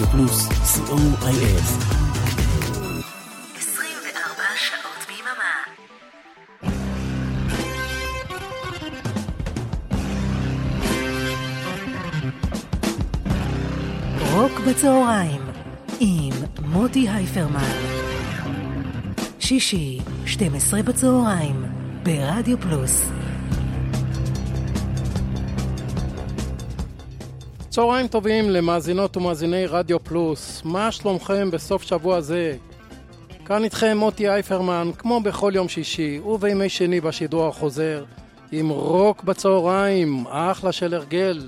רדיו פלוס, co.il. 24 שעות ביממה. רוק בצהריים עם מוטי הייפרמן. שישי, 12 בצהריים, ברדיו פלוס. צהריים טובים למאזינות ומאזיני רדיו פלוס. מה שלומכם בסוף שבוע זה? כאן איתכם מוטי הייפרמן, כמו בכל יום שישי ובימי שני בשידור החוזר, עם רוק בצהריים, אחלה של הרגל.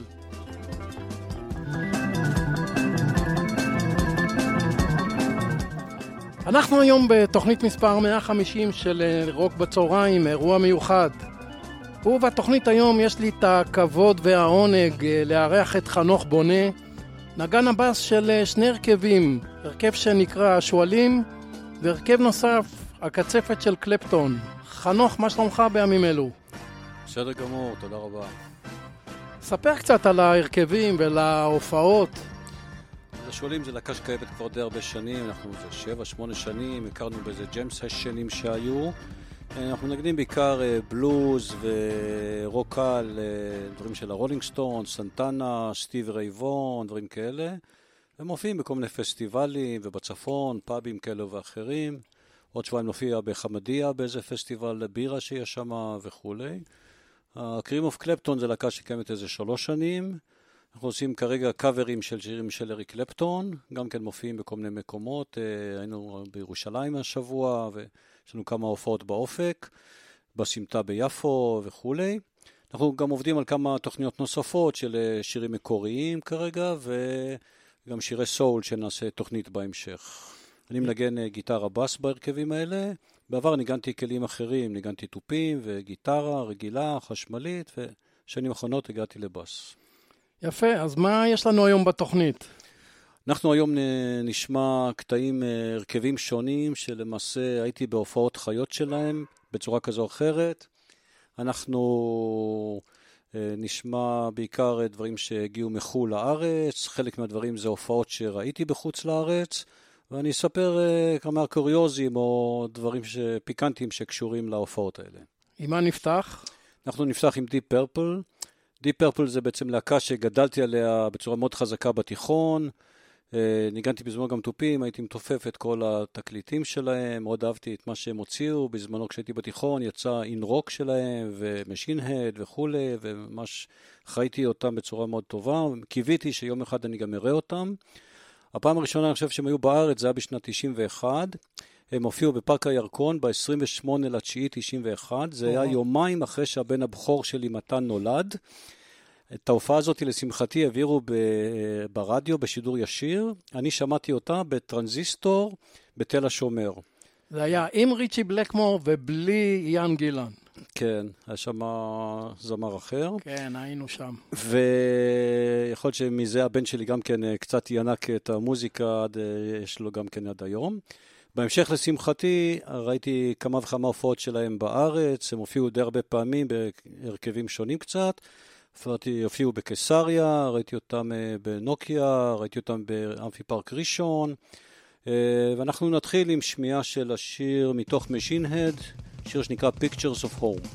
אנחנו היום בתוכנית מספר 150 של רוק בצהריים, אירוע מיוחד. ובתוכנית היום יש לי את הכבוד והעונג לארח את חנוך בונה, נגן הבאס של שני הרכבים, הרכב שנקרא השואלים, והרכב נוסף, הקצפת של קלפטון. חנוך, מה שלומך בימים אלו? בסדר גמור, תודה רבה. ספר קצת על ההרכבים ולהופעות. השואלים זה להקה שקיימת כבר די הרבה שנים, אנחנו זה 7-8 שנים, הכרנו באיזה ג'ם סשנים שהיו. אנחנו נגנים בעיקר בלוז ורוקל, דברים של הרולינג סטון, סנטנה, סטיב רייבון, דברים כאלה. הם מופיעים בכל מיני פסטיבלים ובצפון, פאבים כאלה ואחרים. עוד שבועיים נופיע בחמדיה באיזה פסטיבל בירה שיש שם וכו'. הקרים אוף קלפטון זה להקה שקיימת איזה 3 שנים. אנחנו עושים כרגע קאברים של שירים של אריק קלפטון, גם כן מופיעים בכל מיני מקומות. היינו בירושלים השבוע ויש לנו כמה הופעות באופק, בסמטה ביפו וכו'. אנחנו גם עובדים על כמה תוכניות נוספות של שירים מקוריים כרגע, וגם שירי סול שנעשה תוכנית בהמשך. אני מנגן גיטרה בס בהרכבים האלה. בעבר ניגנתי כלים אחרים, ניגנתי טופים וגיטרה רגילה, חשמלית, ושנים האחרונות הגעתי לבס. יפה, אז מה יש לנו היום בתוכנית? אנחנו היום נשמע קטעים הרכבים שונים שלמעשה הייתי בהופעות חיות שלהם בצורה כזו או אחרת. אנחנו נשמע בעיקר דברים שהגיעו מחול לארץ, חלק מהדברים זה הופעות שראיתי בחוץ לארץ, ואני אספר כמה קוריוזים או דברים פיקנטיים שקשורים להופעות האלה. עם מה נפתח? אנחנו נפתח עם דיפ פרפל. דיפ פרפל זה בעצם להקה שגדלתי עליה בצורה מאוד חזקה בתיכון, ניגנתי בזמן גם טופים, הייתי מתופף את כל התקליטים שלהם, מאוד אהבתי את מה שהם הוציאו, בזמנו כשהייתי בתיכון יצא אין רוק שלהם ומשין הד וכו', וממש חייתי אותם בצורה מאוד טובה, קיוויתי שיום אחד אני גם אראה אותם. הפעם הראשונה אני חושב שהם היו בארץ, זה היה בשנת 91, הם הופיעו בפארק הירקון ב-28/9/91, זה היה יומיים אחרי שהבן הבכור שלי מתן נולד. את ההופעה הזאת לשמחתי העבירו ברדיו בשידור ישיר, אני שמעתי אותה בטרנזיסטור בתל השומר. זה היה עם ריצ'י בלקמור ובלי יאן גילן. כן, היה שם זמר אחר. כן, היינו שם. ויכול להיות שמזה הבן שלי גם כן קצת ינק את המוזיקה, יש לו גם כן עד היום. בהמשך לשמחתי ראיתי כמה וכמה הופעות שלהם בארץ, הם הופיעו די הרבה פעמים בהרכבים שונים קצת, הופיעו בקיסריה, ראיתי אותם בנוקיה, ראיתי אותם באמפי פארק ראשון, ואנחנו נתחיל עם שמיעה של השיר מתוך משין הד, שיר שנקרא Pictures of Home.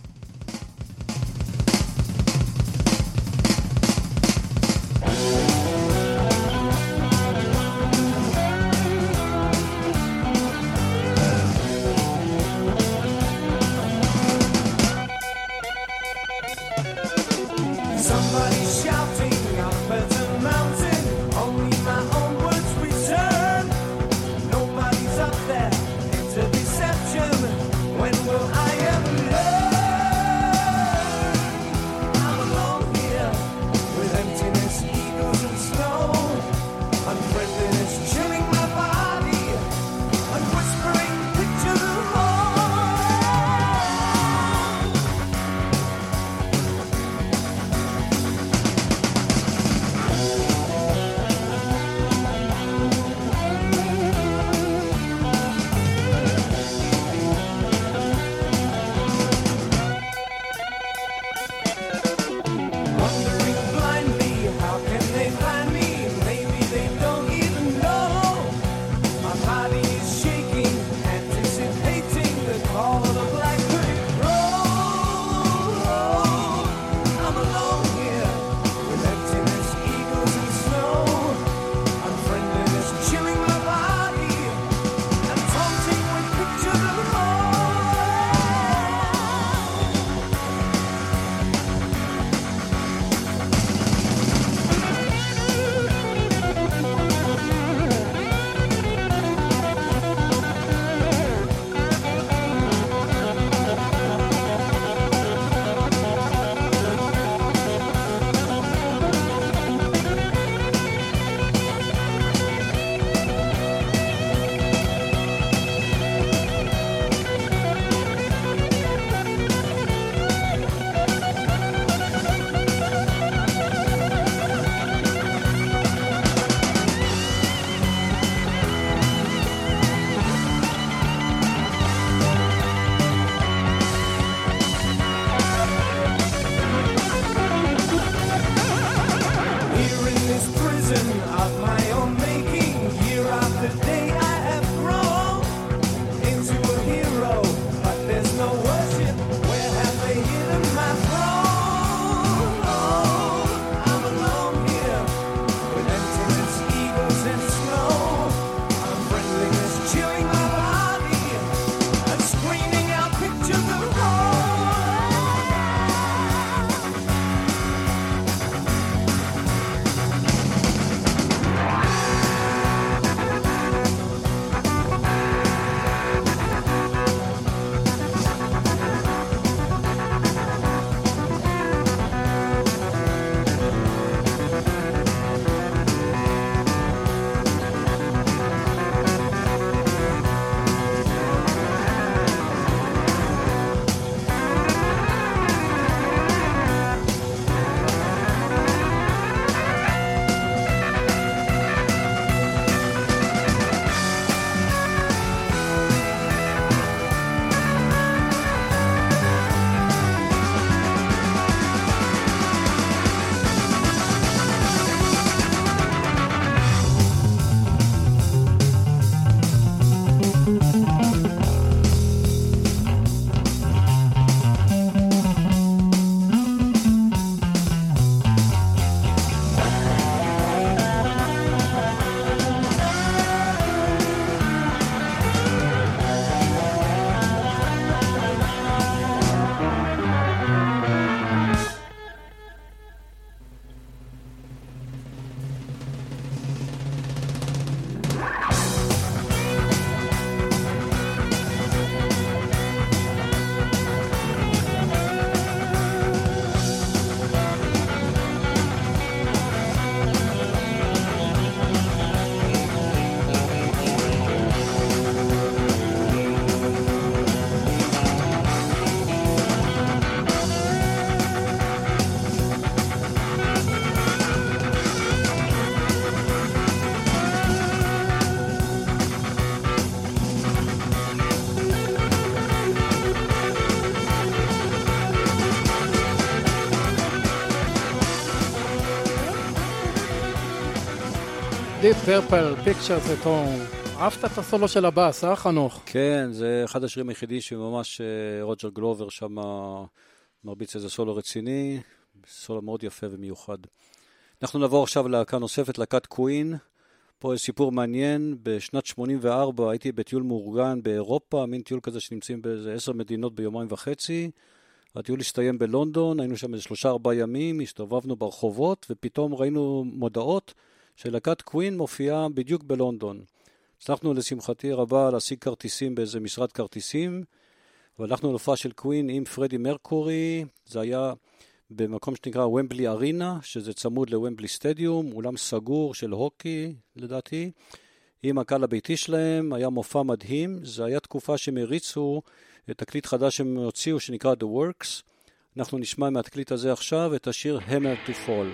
When will I ever love? Deep Purple, Pictures at Home. אהבת את הסולו של הבאס, חנוך? כן, זה אחד השירים היחידי שממש רוג'ר גלובר שם מרביץ איזה סולו רציני, סולו מאוד יפה ומיוחד. אנחנו נעבור עכשיו להקה נוספת, להקת קווין. פה יש סיפור מעניין, בשנת 84 הייתי בטיול מאורגן באירופה, מין טיול כזה שנמצאים באיזה 10 מדינות ביומיים וחצי. הטיול הסתיים בלונדון, היינו שם איזה 3-4 ימים, הסתובבנו ברחובות, ופתאום ראינו מודעות שלהקת קווין מופיעה בדיוק בלונדון. הצלחנו לשמחתי רבה להשיג כרטיסים באיזה משרד כרטיסים, והלכנו להופעה של קווין עם פרדי מרקורי. זה היה במקום שנקרא ומבלי ארינה, שזה צמוד לוומבלי סטדיום, אולם סגור של הוקי לדעתי, עם הקהל הביתי שלהם. היה מופע מדהים. זה היה תקופה שהם הריצו את תקליט חדש שהם הוציאו שנקרא The Works. אנחנו נשמע מהתקליט הזה עכשיו את השיר Hammer to Fall.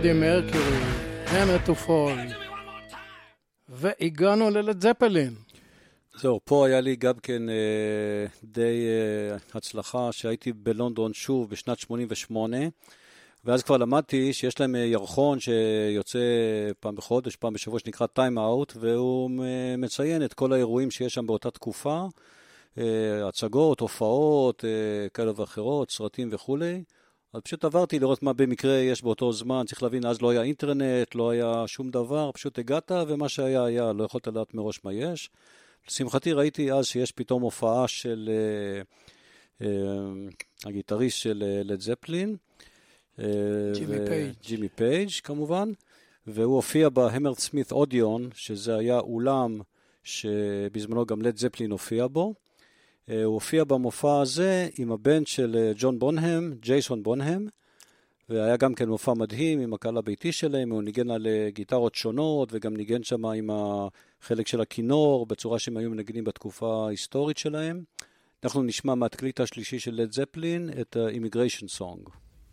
פרדי מרקיורי, Hammer to Fall. והגענו ללד זפלין. זהו, פה היה לי גם כן די הצלחה שהייתי בלונדון שוב בשנת 88, ואז כבר למדתי שיש להם ירחון שיוצא פעם בחודש, פעם בשבוע, שנקרא Time Out, והוא מציין את כל האירועים שיש שם באותה תקופה, הצגות, הופעות, כאלה ואחרות, סרטים וכו'. אז פשוט עברתי לראות מה במקרה יש באותו זמן, צריך להבין, אז לא היה אינטרנט, לא היה שום דבר, פשוט הגעת ומה שהיה היה, לא יכולת לדעת מראש מה יש. לשמחתי ראיתי אז שיש פתאום הופעה של הגיטריסט של לד זפלין, ג'ימי פייג' כמובן, והוא הופיע בהמר סמית אודיון, שזה היה אולם שבזמנו גם לד זפלין הופיע בו. הוא הופיע במופע הזה עם הבנד של ג'ון בונהם, ג'ייסון בונהם, והיה גם כן מופע מדהים עם הקהל הביתי שלהם, הוא ניגן על גיטרות שונות, וגם ניגן שם עם החלק של הכינור, בצורה שהם היו מנגנים בתקופה ההיסטורית שלהם. אנחנו נשמע מהתקליט השלישי של לד זפלין את ה-Immigration Song.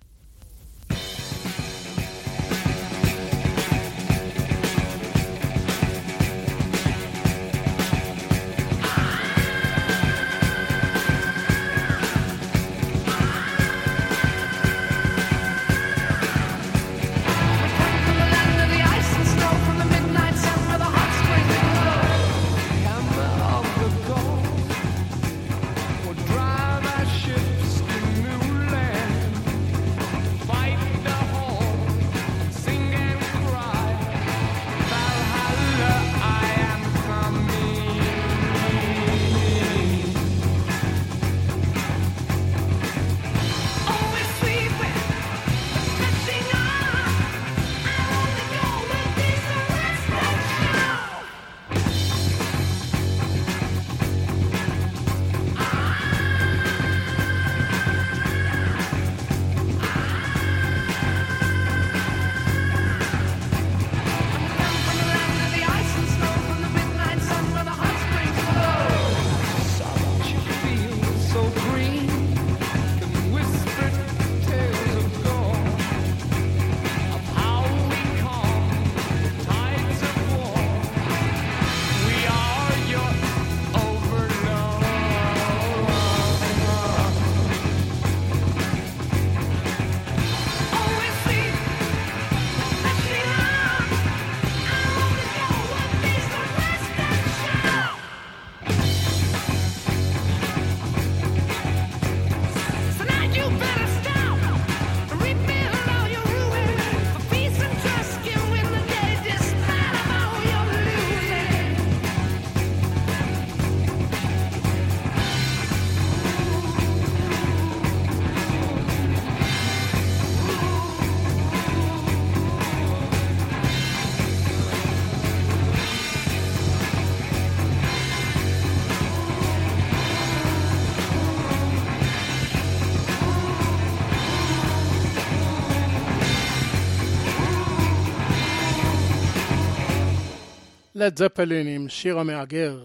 לד זפלין עם שיר המאגר.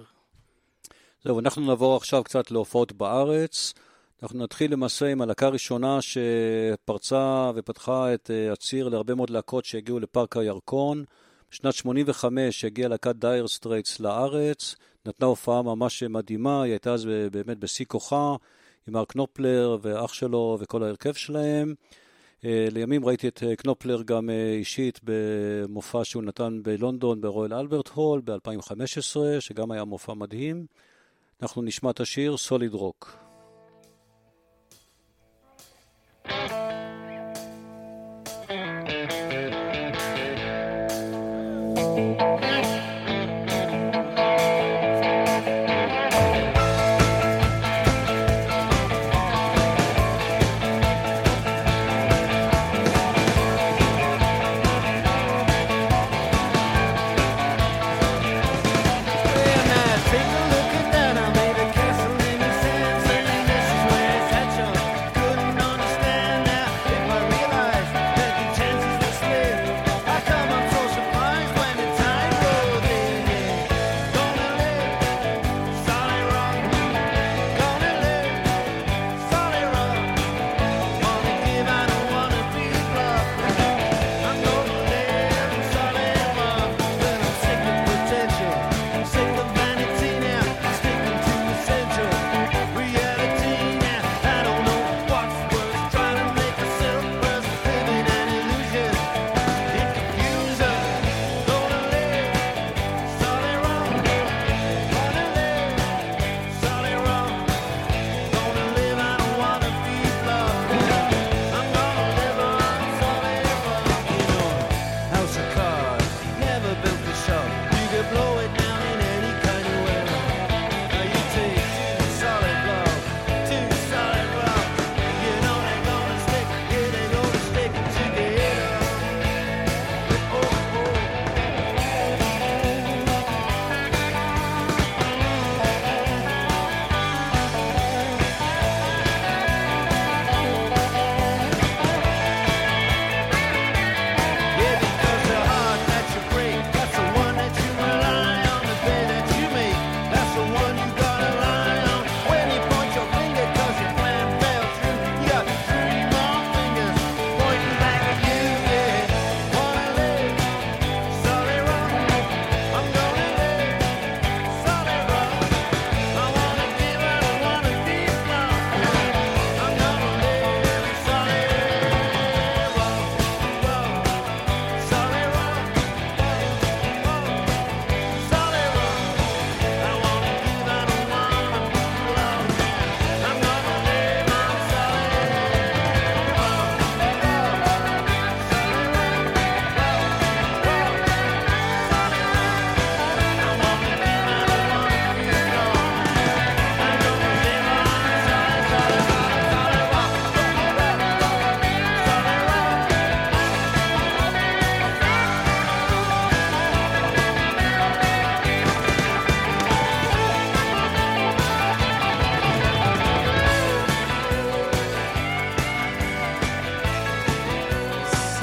זהו, אנחנו נעבור עכשיו קצת להופעות בארץ. אנחנו נתחיל למעשה עם הלהקה הראשונה שפרצה ופתחה את הציר להרבה מאוד להקות שהגיעו לפארק הירקון. בשנת 85 הגיעה להקת דייר סטרייטס לארץ, נתנה הופעה ממש מדהימה, היא הייתה אז באמת בשיא כוחה, עם מרק קנופלר ואח שלו וכל ההרכב שלהם. לימים ראיתי את קנופלר גם אישית במופע שהוא נתן בלונדון ברויאל אלברט הול ב-2015, שגם היה מופע מדהים. אנחנו נשמע את השיר סוליד רוק. Take a look at that, I made a castle in the sand.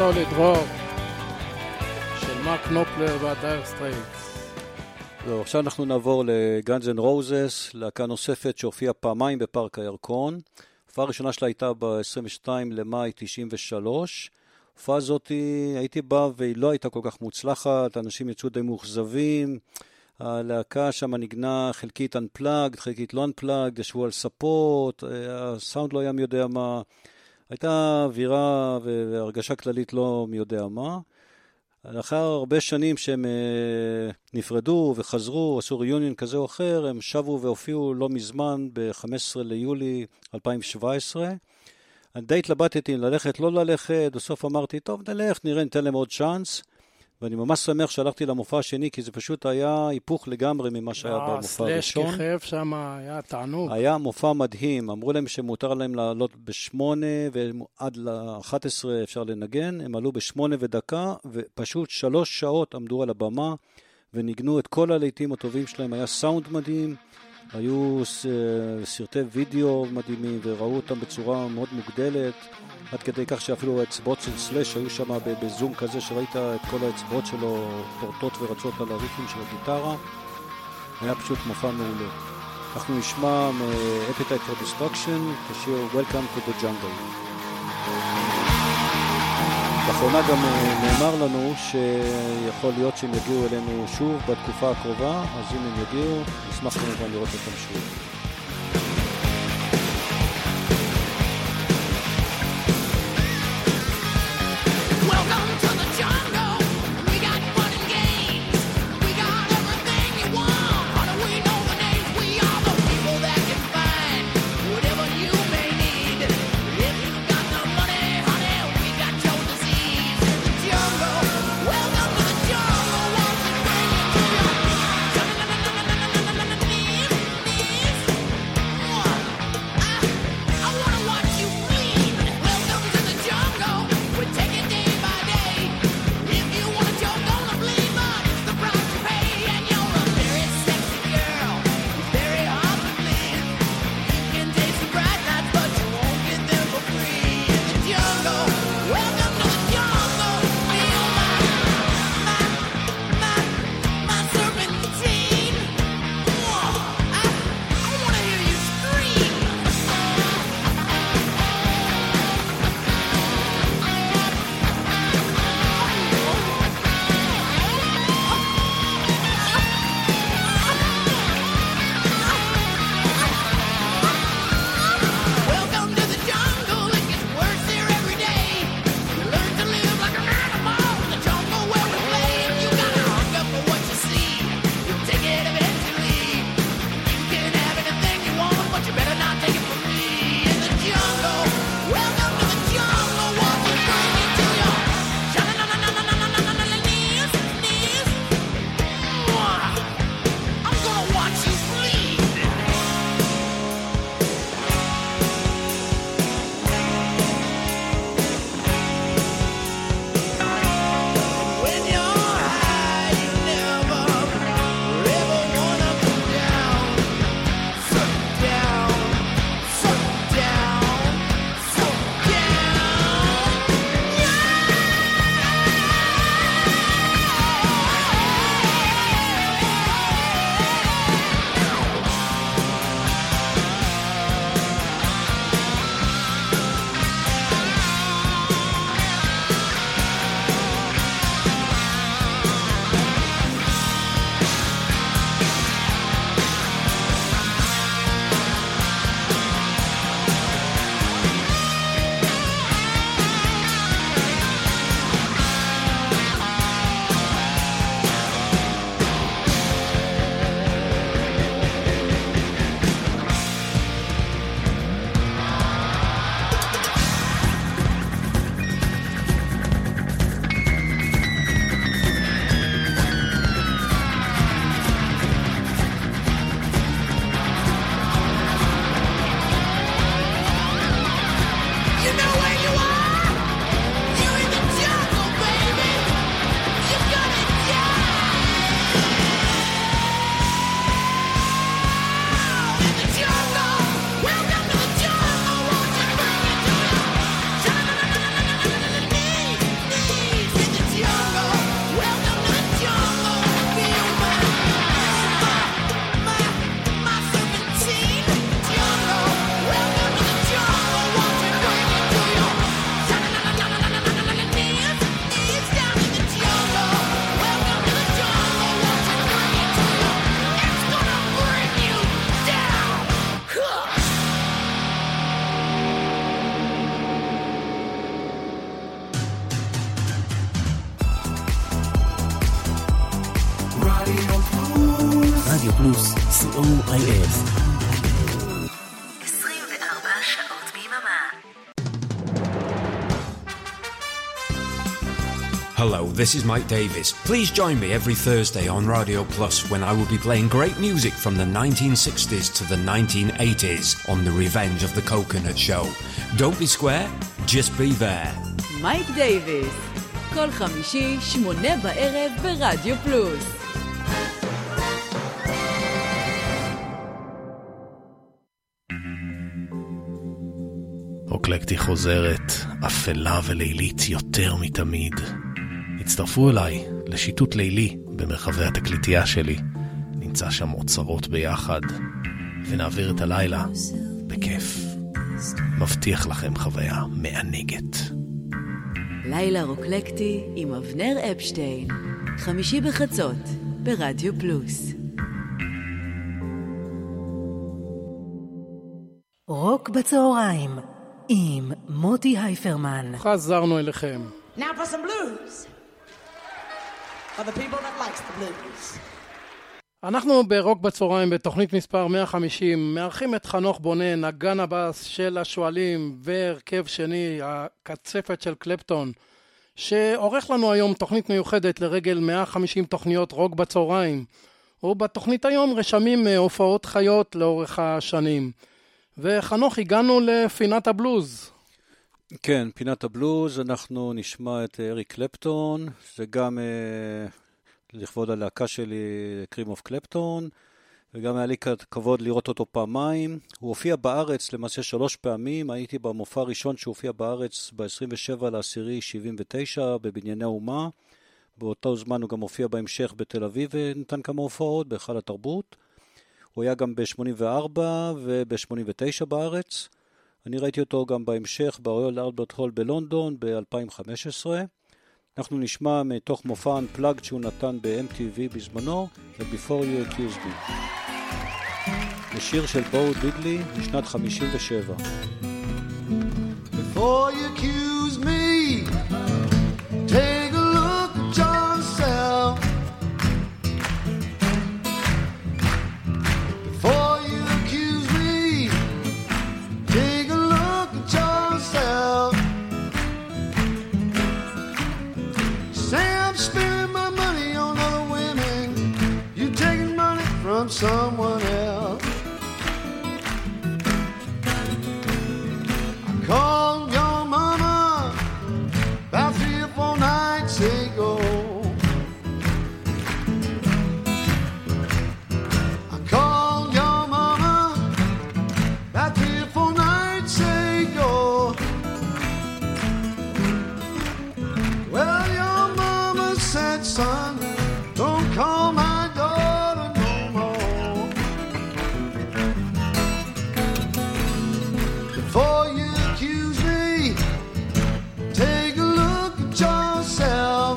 Solid Rock של מרק נופלר והדייר סטרייטס. עכשיו אנחנו נעבור לגאנז אנד רוזס, להקה נוספת שהופיעה פעמיים בפארק הירקון. ההופעה הראשונה שלה הייתה ב-22 למאי 93. ההופעה הזאת הייתי בא והיא לא הייתה כל כך מוצלחת, אנשים יצאו די מאוכזבים, הלהקה שם נגנה חלקית unplugged, חלקית לא unplugged, ישבו על ספות, הסאונד לא היה מי יודע מה, הייתה אווירה והרגשה כללית לא מי יודע מה. לאחר הרבה שנים שהם נפרדו וחזרו, עשו ריוניון כזה או אחר, הם שבו והופיעו לא מזמן ב-15 ליולי 2017. אני די התלבטתי ללכת, לא ללכת, בסוף אמרתי, טוב נלך, נראה, ניתן להם עוד צ'אנס, ואני ממש שמח שהלכתי למופע השני, כי זה פשוט היה היפוך לגמרי ממה שהיה במופע הראשון. סלש כיכב שם היה תענוג. היה מופע מדהים, אמרו להם שמותר להם לעלות ב8, ועד ל11 אפשר לנגן, הם עלו ב8 ודקה, ופשוט 3 שעות עמדו על הבמה, וניגנו את כל הלהיטים הטובים שלהם, היה סאונד מדהים, היו סרטי וידאו מדהימים, וראו אותם בצורה מאוד מוגדלת, עד כדי כך שאפילו האצבעות של סלש היו שם בזום כזה, שראית את כל האצבעות שלו פורטות ורצות על הריפים של הגיטרה. היה פשוט מופע מעולה. אנחנו נשמע מ-Appetite for Destruction, כשיר Welcome to the Jungle. לאחרונה גם נאמר לנו שיכול להיות שהם יגיעו אלינו שוב בתקופה הקרובה, אז אם הם יגיעו, נשמח כמובן לראות אותם שוב. Welcome to the jungle. רדיו פלוס, co.il. 24 שעות ביממה. Hello, this is Mike Davis. Please join me every Thursday on Radio Plus when I will be playing great music from the 1960s to the 1980s on The Revenge of the Coconut Show. Don't be square, just be there. מייק דייביס, כל חמישי, 8 בערב ברדיו פלוס. רוקלקטי חוזרת, אפלה ולילית יותר מתמיד. הצטרפו אליי לשיטוט לילי במרחבי התקליטייה שלי. נמצא שם אוצרות ביחד, ונעביר את הלילה בכיף. מבטיח לכם חוויה מענגת. לילה רוקלקטי עם אבנר אפשטיין, חמישי בחצות ברדיו פלוס. רוק בצהריים עם מוטי הייפרמן. חזרנו אליכם. Now for some blues. For the people that likes the blues. אנחנו ברוק בצהריים בתוכנית מספר 150 מארחים את חנוך בונה, נגן הבאס של השואלים והרכב שני, הקצפת של קלפטון, שעורך לנו היום תוכנית מיוחדת לרגל 150 תוכניות רוק בצהריים. ובתוכנית היום רשמים הופעות חיות לאורך השנים. וחנוך, הגענו לפינת הבלוז. כן, פינת הבלוז, אנחנו נשמע את אריק קלפטון, זה גם לכבוד הלהקה שלי, קרים אוף קלפטון, וגם היה לי כבוד לראות אותו פעמיים. הוא הופיע בארץ למעשה 3 פעמים, הייתי במופע הראשון שהופיע בארץ ב-27/10/79 בבנייני האומה, באותו זמן הוא גם הופיע בהמשך בתל אביב ונתן כמה הופעות בהיכל התרבות. הוא היה גם ב-84 וב-89 בארץ. אני ראיתי אותו גם בהמשך ברויאל אלברט הול בלונדון ב-2015. אנחנו נשמע מתוך מופע Unplugged שהוא נתן ב-MTV בזמנו, ו-Before You Accuse Me. לשיר של בו דידלי משנת 57. Before you accuse me, take a look at yourself. Before you accuse me, take a look at yourself. Say I'm spending my money on other women, you taking money from someone else. I called your mama about 3 or 4 nights ago. I called your mama about 3 or 4 nights ago. Well, your mama said, son, don't call my daughter no more. Before you accuse me, take a look at yourself.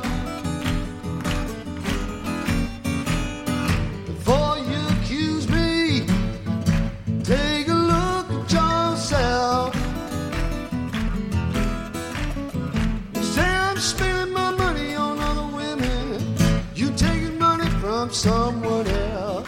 Before you accuse me, take a look at yourself. You say I'm spending my money on other women, you taking money from someone else.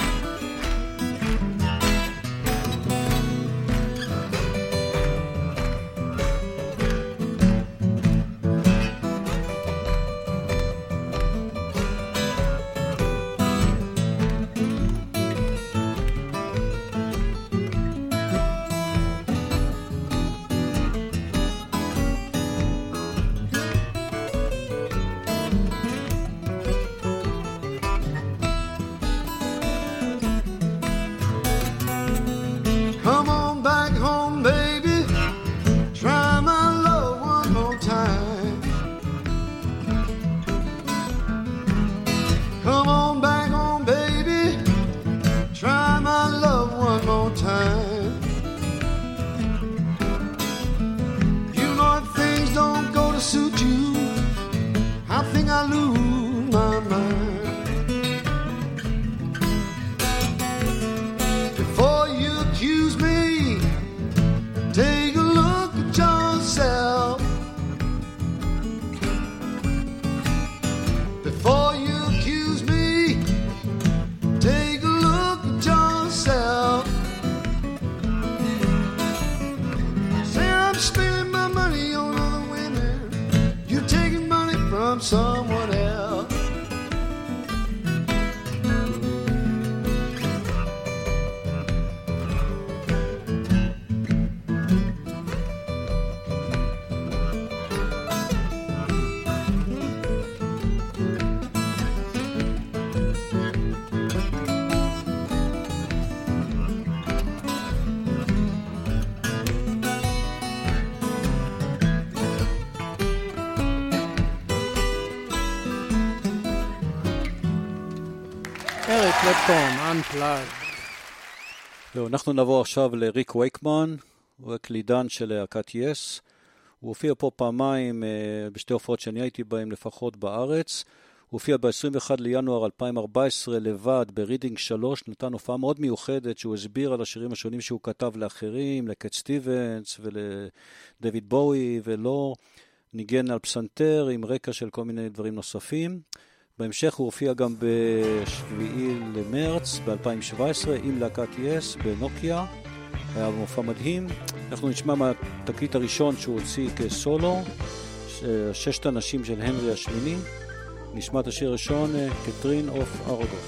אריק קלפטון, Unplugged. אנחנו נעבור עכשיו לריק וייקמן, הוא הקלידן של להקת יס. הוא הופיע פה פעמיים בשתי הופעות שאני הייתי בהם לפחות בארץ. הוא הופיע ב-21 לינואר 2014 לבד ברידינג 3, נתן הופעה מאוד מיוחדת שהוא הסביר על השירים השונים שהוא כתב לאחרים, לקט סטיבנס ולדויד בואי ולא, ניגן על פסנתר עם רקע של כל מיני דברים נוספים. בהמשך הוא הופיע גם ב-7 למרץ ב-2017 עם להקת יס בנוקיה. היה מופע מדהים. אנחנו נשמע מהתקליט הראשון שהוא הוציא כסולו, 6 אנשים של הנרי השמיני. נשמע את השיר הראשון, קטרין אוף ארגו.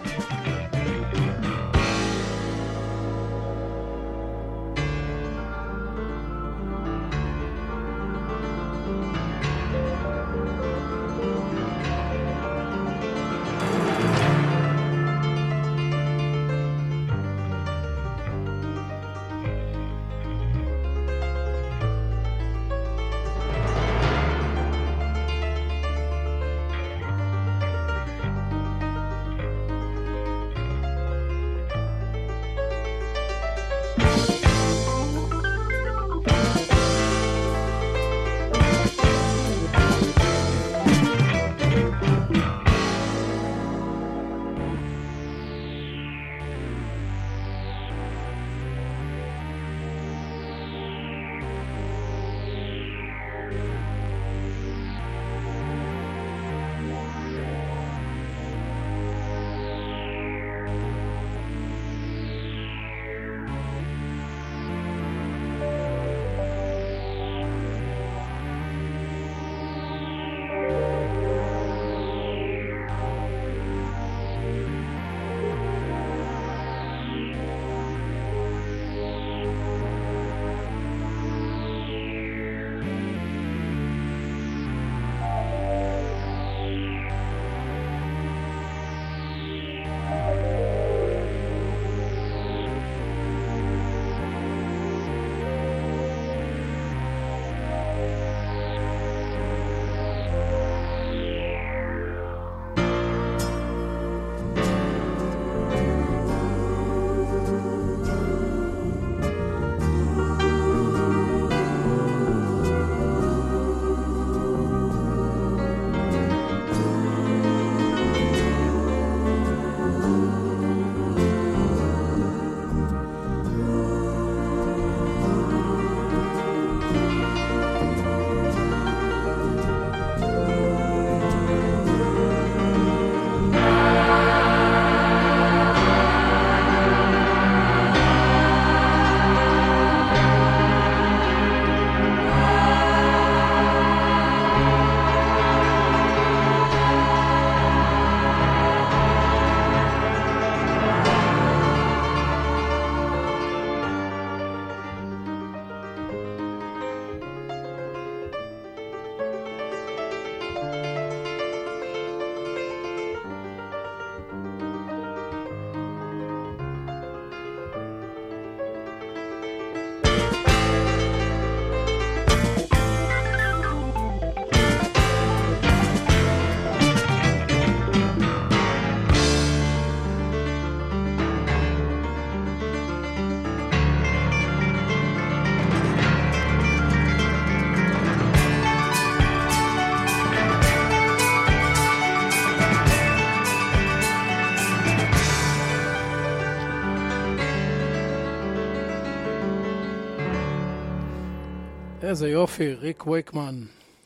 איזה יופי, ריק וייקמן.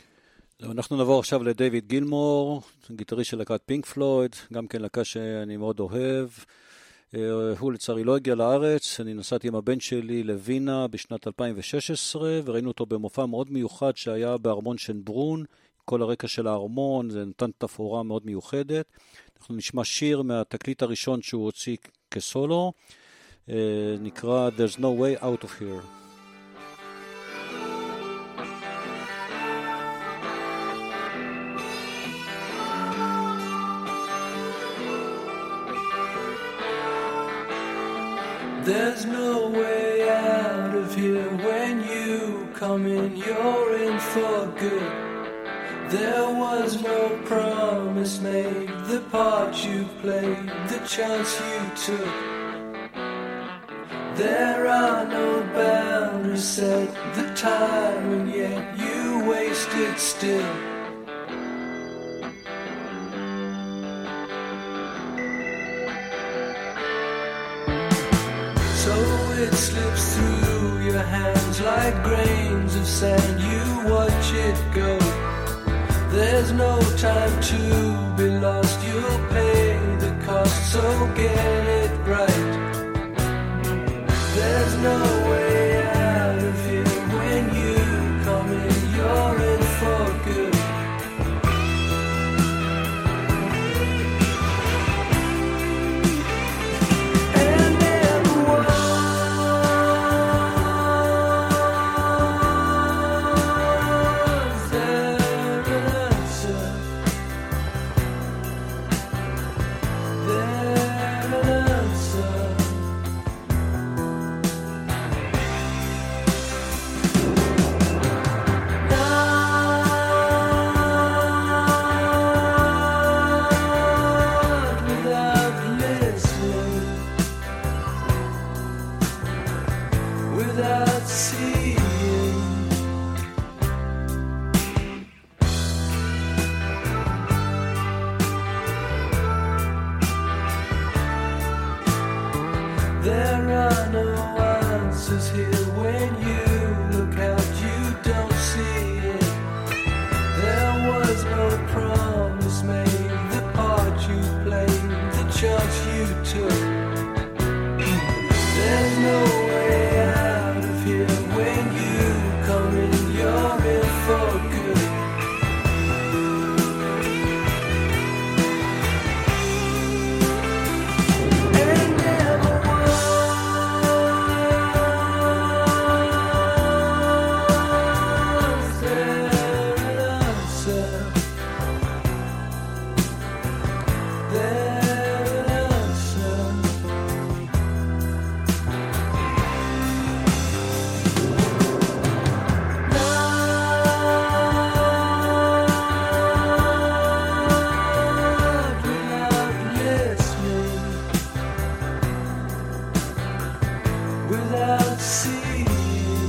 אנחנו נעבור עכשיו לדייוויד גילמור, גיטריסט של להקת פינק פלויד, גם כן להקה שאני מאוד אוהב. הוא לצערי לא הגיע לארץ, אני נסעתי עם הבן שלי לווינה בשנת 2016, וראינו אותו במופע מאוד מיוחד שהיה בארמון שנברון, כל הרקע של הארמון, זה נתן תפאורה מאוד מיוחדת. אנחנו נשמע שיר מהתקליט הראשון שהוא הוציא כסולו, נקרא There's No Way Out of Here. There's no way out of here. When you come in, you're in for good. There was no promise made, the part you played, the chance you took. There are no boundaries set, the time, and yet you wasted still. So it slips through your hands like grains of sand, you watch it go. There's no time to be lost, you'll pay the cost, so get it right. There's no way out of here when you come in, you're in for good. And never was there an answer. There an answer. Without seeing, there are no answers here. When you look out, you don't see it. There was no promise made, the part you played, the chance you took. There's no way out of here when you come in, you're in for good. And never was there an answer. There an answer. Without seeing,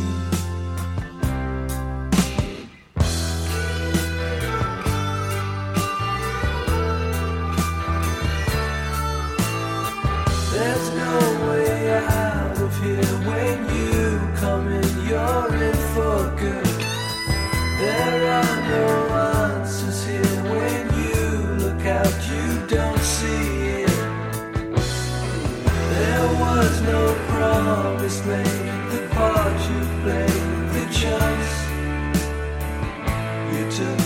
there's no way out of here when you come in, you're in for good. There are no answers here when you look out, you don't see it. There was no promise made, the part you played, the chance you took.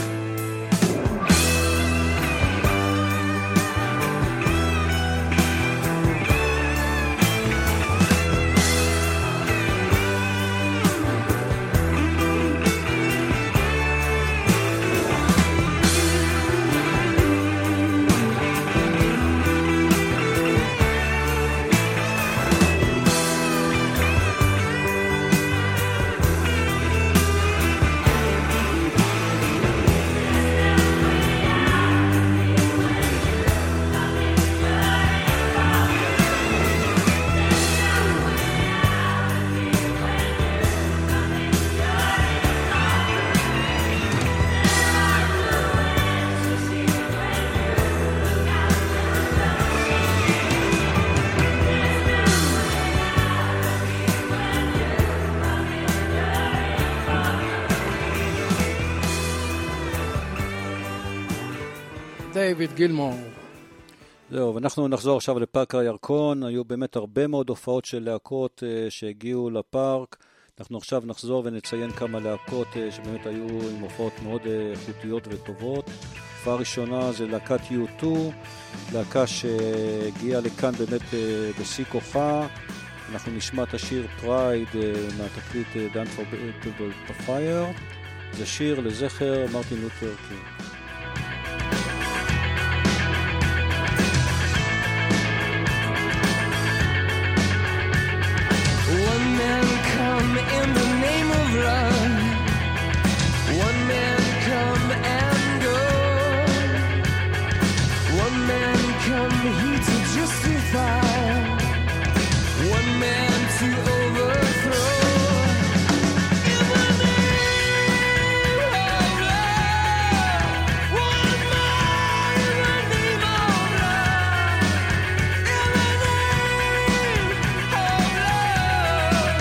דיוויד גילמור. זהו, ואנחנו נחזור עכשיו לפארק הירקון. היו באמת הרבה מאוד הופעות של להקות שהגיעו לפארק. אנחנו עכשיו נחזור ונציין כמה להקות שבאמת היו עם הופעות מאוד איכותיות וטובות. הופעה ראשונה זה להקת U2, להקה שהגיעה לכאן באמת בשיא כוחה. אנחנו נשמע את השיר Pride מהתקליט Dance for Fire. זה שיר לזכר מרטין לותר קינג. One man come in the name of love. One man come and heat to justify one man to overthrow. In the name of love, one man in the name of love. In the name of love,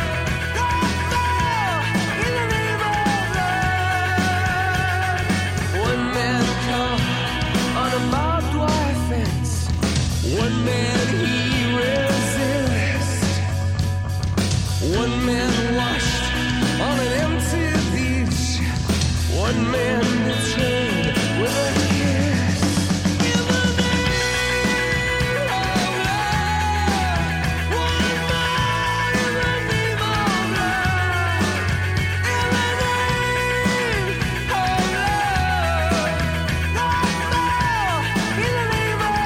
in the name of love. One man caught on a barbed wire fence. One man he resists. One man washed on an empty beach. One man betrayed with a kiss. In the name of love, one man in the name of love. In the name of love, in the name of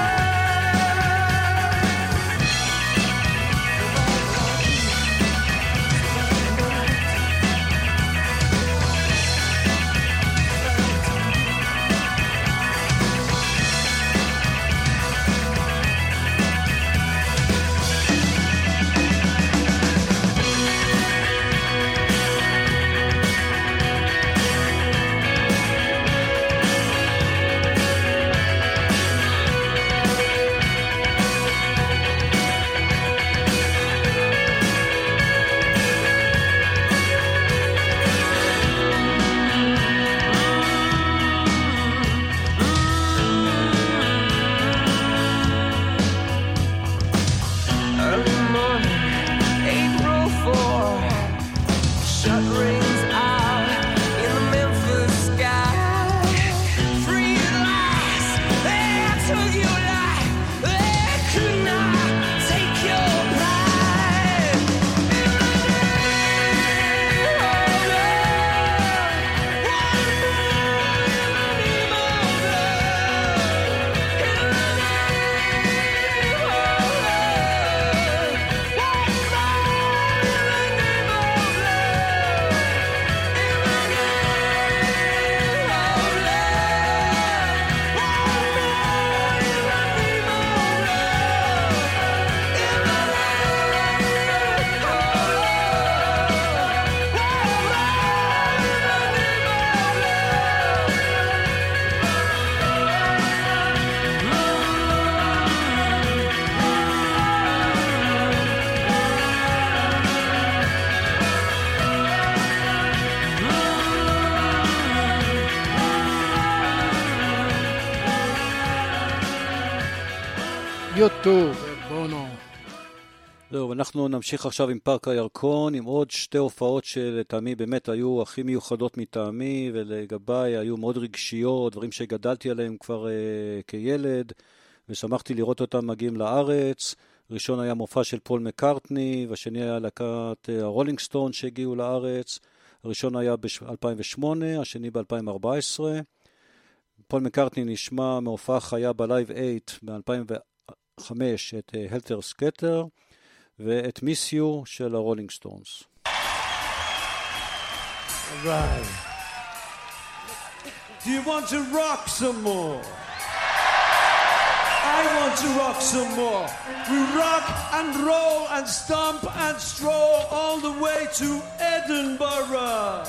early morning, April 4. Shut rings out in the Memphis sky. Free at last, they took your life. They could not take your pride. In the name of love, one man in the name of love. In the name of love, one man in the name of love. In the name of love, one man in the name of love. In the יוטיוב, בונו. זהו, אנחנו נמשיך עכשיו עם פארק הירקון, עם עוד שתי הופעות שלטעמי באמת היו הכי מיוחדות מטעמי, ולגביי היו מאוד רגשיות, דברים שגדלתי עליהם כבר כילד, ושמחתי לראות אותם מגיעים לארץ. ראשון היה מופע של פול מקארטני, והשני היה להקת הרולינג סטון שהגיעו לארץ. הראשון היה ב-2008, השני ב-2014. פול מקארטני נשמע מהופעה חיה בלייב 8 ב-2005 את הלטר סקטר, ואת מיס יו של הרולינג סטונס. Right. Do you want to rock some more? I want to rock some more. We rock and roll and stomp and stroll all the way to Edinburgh.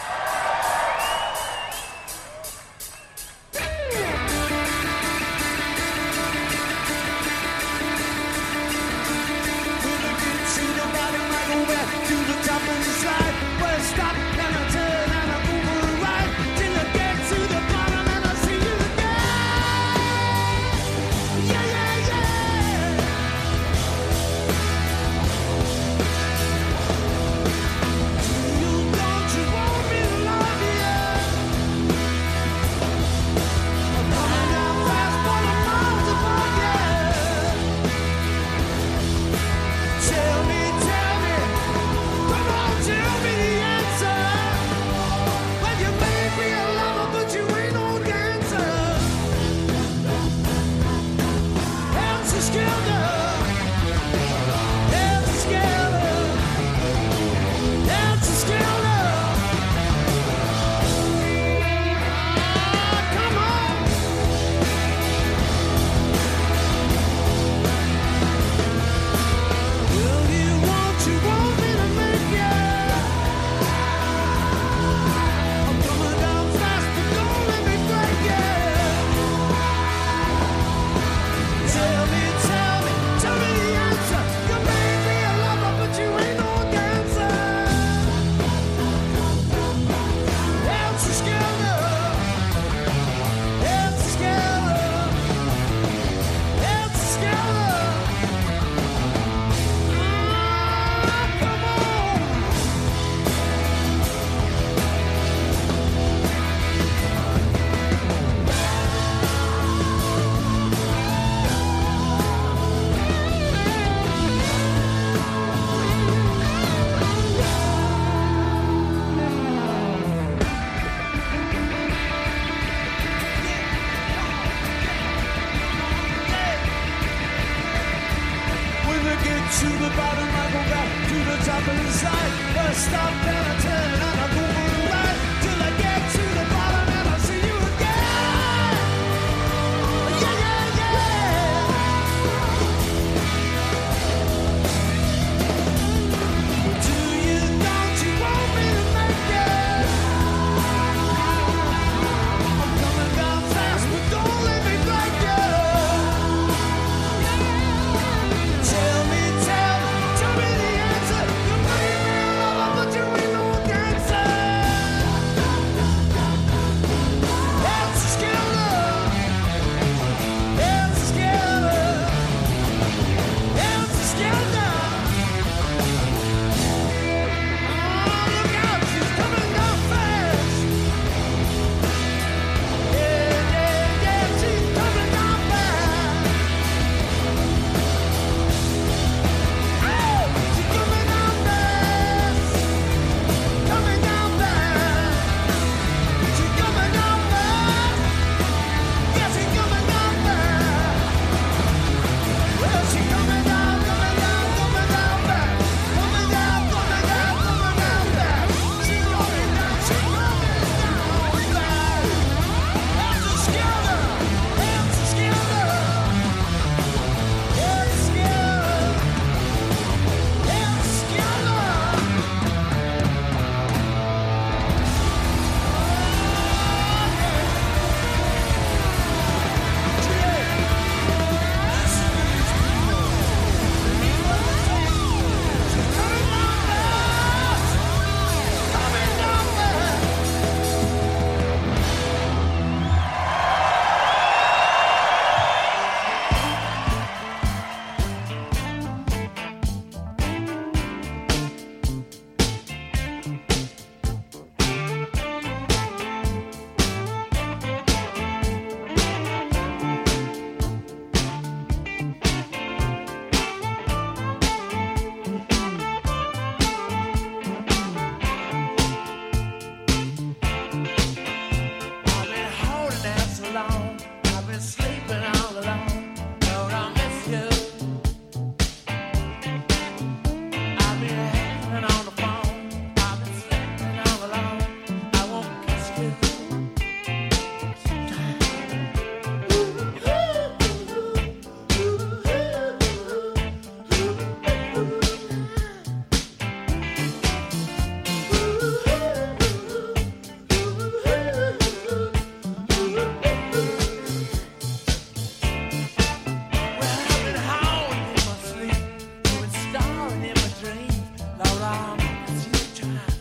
To the top and the side, well stop and I turn and I move right till I get to the bottom and I see you again. Yeah, yeah, yeah. Do you don't you want to the bottom, I go back to the top of the slide. But stop and I turn and I go for a ride till I get to the bottom and I see you again. Yeah, yeah, yeah. Do you, don't you want me to make it? I'm coming down fast, but don't let me break it. Tell me the answer. You might be a lover, but you ain't no dancer. It's a skeller. It's a skeller. It's a skeller. Oh, look out, she's coming down fast. Yeah, yeah, yeah, she's coming down fast. She's coming down fast. Coming down fast. She's coming down fast. Yeah, she's coming down fast. Well, she's coming down, coming down, coming down fast. Coming down, coming down, coming down fast. She's coming down, she's coming down fast. It's a skeller. It's a skeller. It's a skeller. It's a skeller. I've been holding out so long. I've been sleeping all alone. Lord, I miss you. I've been hanging on the phone. I've been sleeping all alone. I won't kiss you. Well, I've been howling in my sleep. I've been starring in my dreams. Lord, I miss you, child.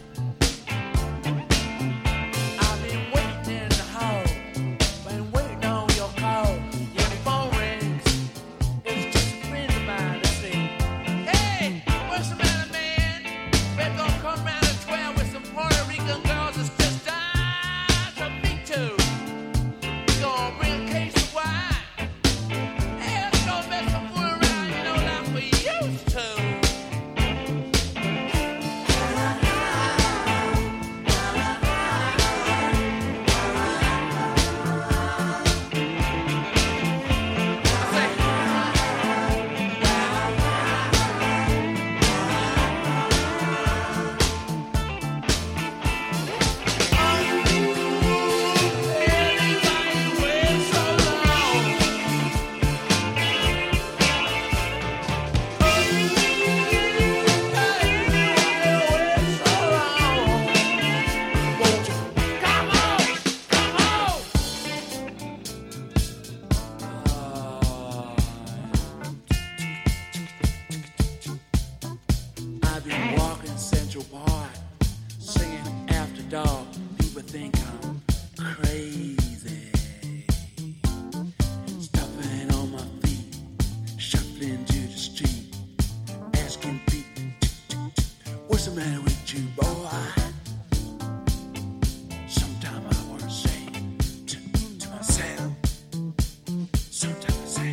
I've been waiting in the hall. Been waiting on your call. Your phone rings. It's just a friend of mine to see. Hey, what's the matter, man? Better go come round at 12 with some Puerto Rican girls. It's just time to meet you. Gonna bring a case of wine. Hey, let's go mess some fool around, you know, like we used to. I've been walking Central Park, singing After Dark. People think I'm crazy. Stopping on my feet, shuffling to the street, asking people, what's the matter with you, boy? Sometimes I want to say to myself, sometimes I say,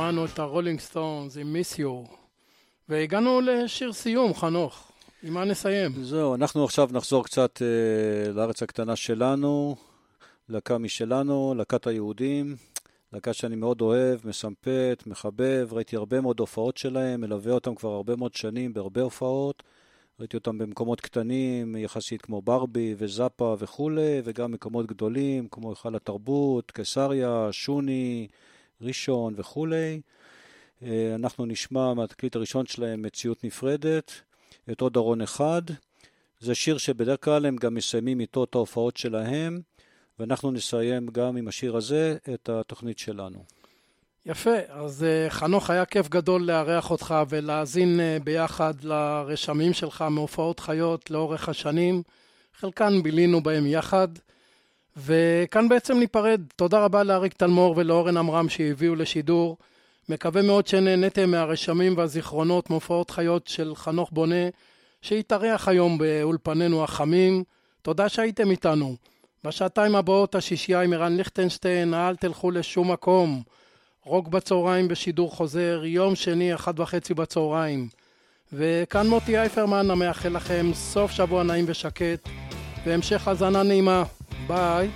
שמענו את הרולינג סטונס עם מיס יו, והגענו לשיר סיום, חנוך. עם מה נסיים? זהו, אנחנו עכשיו נחזור קצת לארץ הקטנה שלנו, להקה משלנו, להקת היהודים, להקה שאני מאוד אוהב, מסמפת, מחבב, ראיתי הרבה מאוד הופעות שלהם, מלווה אותם כבר הרבה מאוד שנים בהרבה הופעות, ראיתי אותם במקומות קטנים, יחסית כמו ברבי וזאפה וכו', וגם מקומות גדולים, כמו היכל התרבות, קיסריה, שוני, ראשון וכו'. אנחנו נשמע מהתקליט הראשון שלהם מציאות נפרדת, את עוד ארון אחד. זה שיר שבדרך כלל הם גם מסיימים איתו את ההופעות שלהם, ואנחנו נסיים גם עם השיר הזה את התוכנית שלנו. יפה, אז חנוך, היה כיף גדול לארח אותך ולהאזין ביחד לרשמים שלך מהופעות חיות לאורך השנים. חלקן בילינו בהם יחד, וכאן בעצם ניפרד. תודה רבה לאריק תלמור ולאורן אמרם שהביאו לשידור. מקווה מאוד שנהנתם מהרשמים והזיכרונות מהופעות חיות של חנוך בונה, שהתארח היום באולפנינו החמים. תודה שהייתם איתנו. בשעתיים הבאות השישייה עם ערן ליכטנשטיין, אל תלכו לשום מקום. רוק בצהריים בשידור חוזר, יום שני 1:30 בצהריים. וכאן מוטי אייפרמן המאחל לכם סוף שבוע נעים ושקט, והמשך הזנה נעימה. ביי.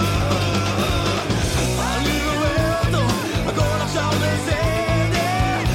הכל עכשיו בסדר,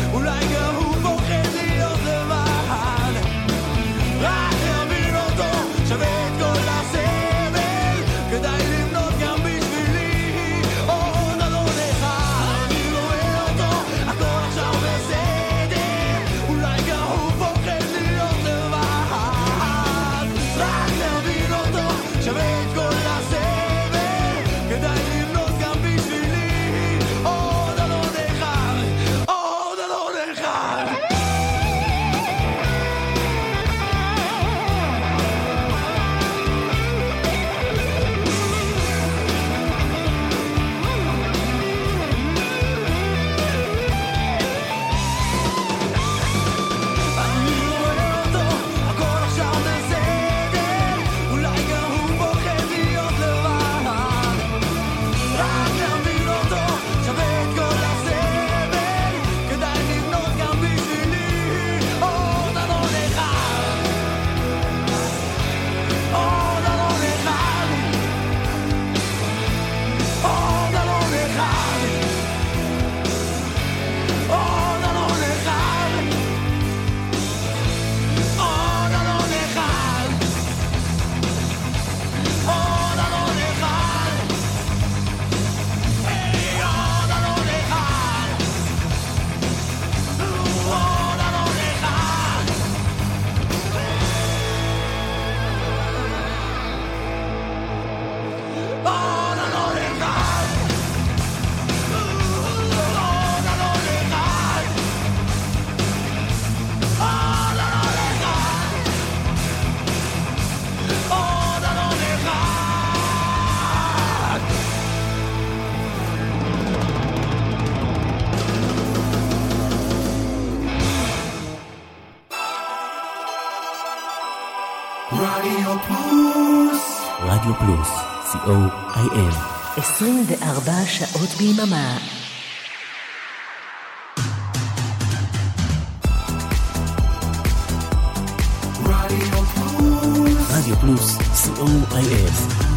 רדיו פלוס, co.il 24 שעות ביממה. רדיו פלוס, co.il